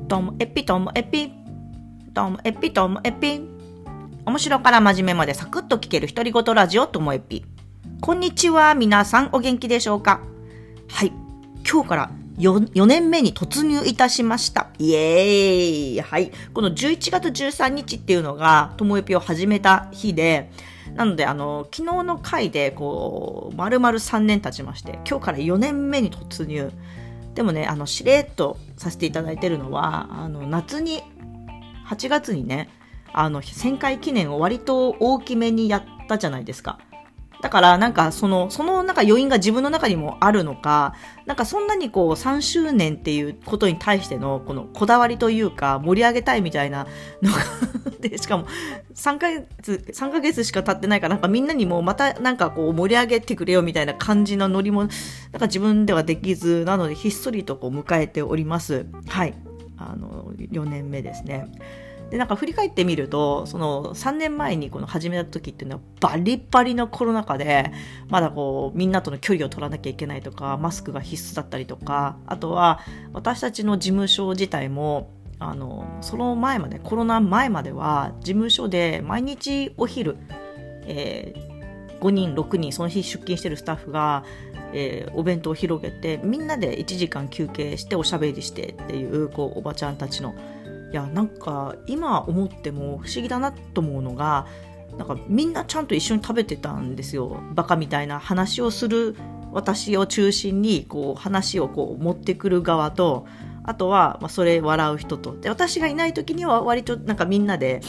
ともエピともエピともエピともエピ、面白から真面目までサクッと聞ける独り言ラジオともエピ。こんにちは、皆さんお元気でしょうか。はい、今日から4年目に突入いたしました。イエーイ。はい、この11月13日っていうのがともエピを始めた日で、なので昨日の回で丸々3年経ちまして、今日から4年目に突入。でもね、しれっとさせていただいてるのは、夏に8月にね、1000回記念を割と大きめにやったじゃないですか。だからなんかそのなんか余韻が自分の中にもあるのか、なんかそんなに3周年っていうことに対してのこのこだわりというか、盛り上げたいみたいなのがで、しかも3ヶ月しか経ってないから、なんかみんなにもまたなんか盛り上げてくれよみたいな感じのノリもなんか自分ではできず、なのでひっそりと迎えております。はい、4年目ですね。で、なんか振り返ってみると、その3年前に始めた時っていうのはバリバリのコロナ禍で、まだみんなとの距離を取らなきゃいけないとか、マスクが必須だったりとか、あとは私たちの事務所自体もその前まで、コロナ前までは事務所で毎日お昼、5人6人その日出勤してるスタッフが、お弁当を広げて、みんなで1時間休憩しておしゃべりしてっていう、おばちゃんたちの、いや、なんか今思っても不思議だなと思うのが、なんかみんなちゃんと一緒に食べてたんですよ。バカみたいな話をする私を中心に話を持ってくる側と、あとはそれ笑う人と、で私がいない時には割となんかみんなで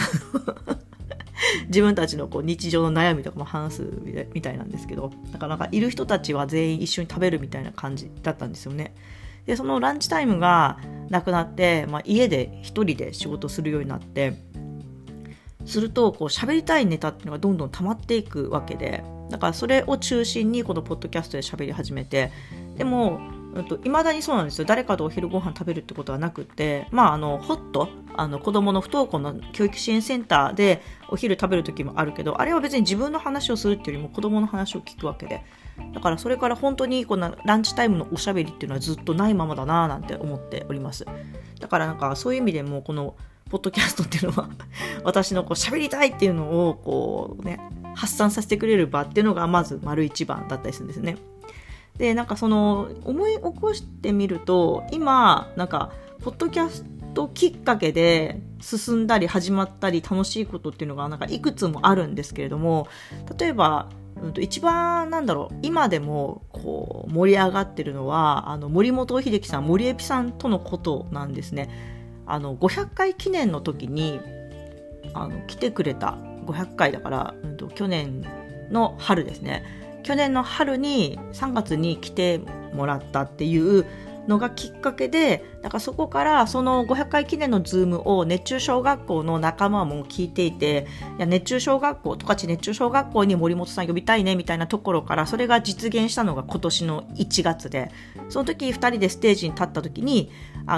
自分たちの日常の悩みとかも話すみたいなんですけど、なかなかいる人たちは全員一緒に食べるみたいな感じだったんですよね。で、そのランチタイムがなくなって、家で一人で仕事するようになって、すると喋りたいネタっていうのがどんどん溜まっていくわけで、だからそれを中心にこのポッドキャストで喋り始めて、でも未だにそうなんですよ。誰かとお昼ご飯食べるってことはなくて、ホット子供の不登校の教育支援センターでお昼食べる時もあるけど、あれは別に自分の話をするっていうよりも子供の話を聞くわけで、だからそれから本当にこのランチタイムのおしゃべりっていうのはずっとないままだななんて思っております。だからなんかそういう意味でもこのポッドキャストっていうのは私の喋りたいっていうのを発散させてくれる場っていうのがまず丸一番だったりするんですね。で、なんか思い起こしてみると、今なんかポッドキャストきっかけで進んだり始まったり楽しいことっていうのがなんかいくつもあるんですけれども、例えば一番今でも盛り上がってるのは森本秀樹さん、森エピさんとのことなんですね。500回記念の時に来てくれた、500回だから、去年の春ですね。去年の春に3月に来てもらったっていうのがきっかけで、だからそこからその500回記念のズームを熱中小学校の仲間も聞いていて、いや熱中小学校、十勝熱中小学校に森本さん呼びたいねみたいなところから、それが実現したのが今年の1月で、その時2人でステージに立った時に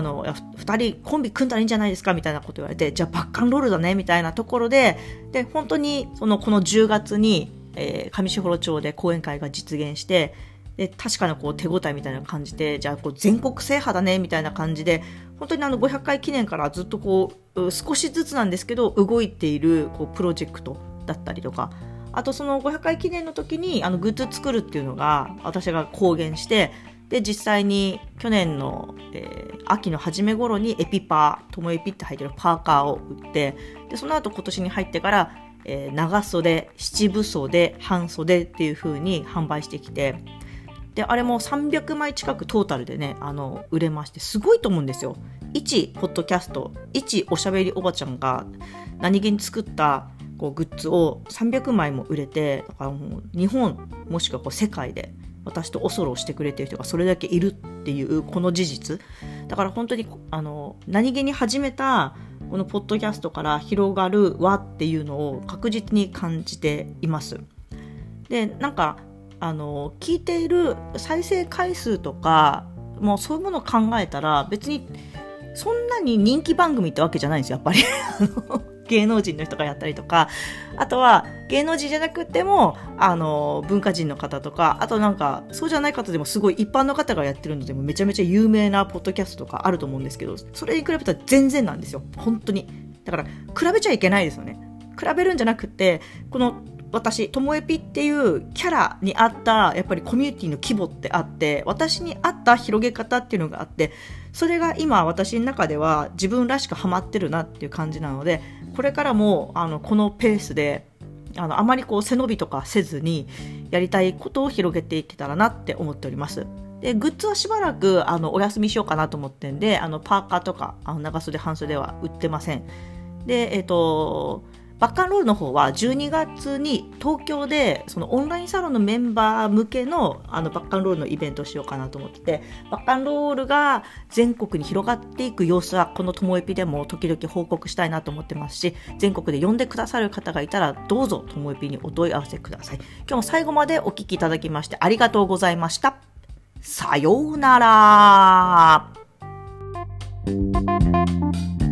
2人コンビ組んだらいいんじゃないですかみたいなこと言われて、じゃあバッカンロールだねみたいなところで、本当にこの10月に上士幌町で講演会が実現して、で確かな手応えみたいな感じで、じゃあ全国制覇だねみたいな感じで、本当に500回記念からずっと少しずつなんですけど動いているプロジェクトだったりとか、あとその500回記念の時にグッズ作るっていうのが私が公言して、で実際に去年の、秋の初め頃にエピパー、ともエピって入ってるパーカーを売って、でその後今年に入ってから長袖、七分袖、半袖っていう風に販売してきて、であれも300枚近くトータルでね売れまして、すごいと思うんですよ。一ポッドキャスト、一おしゃべりおばちゃんが何気に作ったグッズを300枚も売れて、だからもう日本もしくは世界で私とおそろをしてくれている人がそれだけいるっていうこの事実だから、本当に何気に始めたこのポッドキャストから広がる輪っていうのを確実に感じています。で、なんか聞いている再生回数とかもうそういうものを考えたら、別にそんなに人気番組ってわけじゃないんですよ、やっぱり芸能人の人がやったりとか、あとは芸能人じゃなくても文化人の方とか、あとなんかそうじゃない方でもすごい一般の方がやってるのでもめちゃめちゃ有名なポッドキャストとかあると思うんですけど、それに比べたら全然なんですよ、本当に。だから比べちゃいけないですよね。比べるんじゃなくて、この私ともえぴっていうキャラに合ったやっぱりコミュニティの規模ってあって、私に合った広げ方っていうのがあって、それが今私の中では自分らしくハマってるなっていう感じなので、これからもこのペースであまりこう背伸びとかせずにやりたいことを広げていけたらなって思っております。でグッズはしばらくお休みしようかなと思ってんで、パーカーとか長袖半袖は売ってません。でバッカンロールの方は12月に東京でそのオンラインサロンのメンバー向けのバッカンロールのイベントをしようかなと思ってて、バッカンロールが全国に広がっていく様子はこのともえぴでも時々報告したいなと思ってますし、全国で呼んでくださる方がいたらどうぞともえぴにお問い合わせください。今日も最後までお聞きいただきましてありがとうございました。さようなら。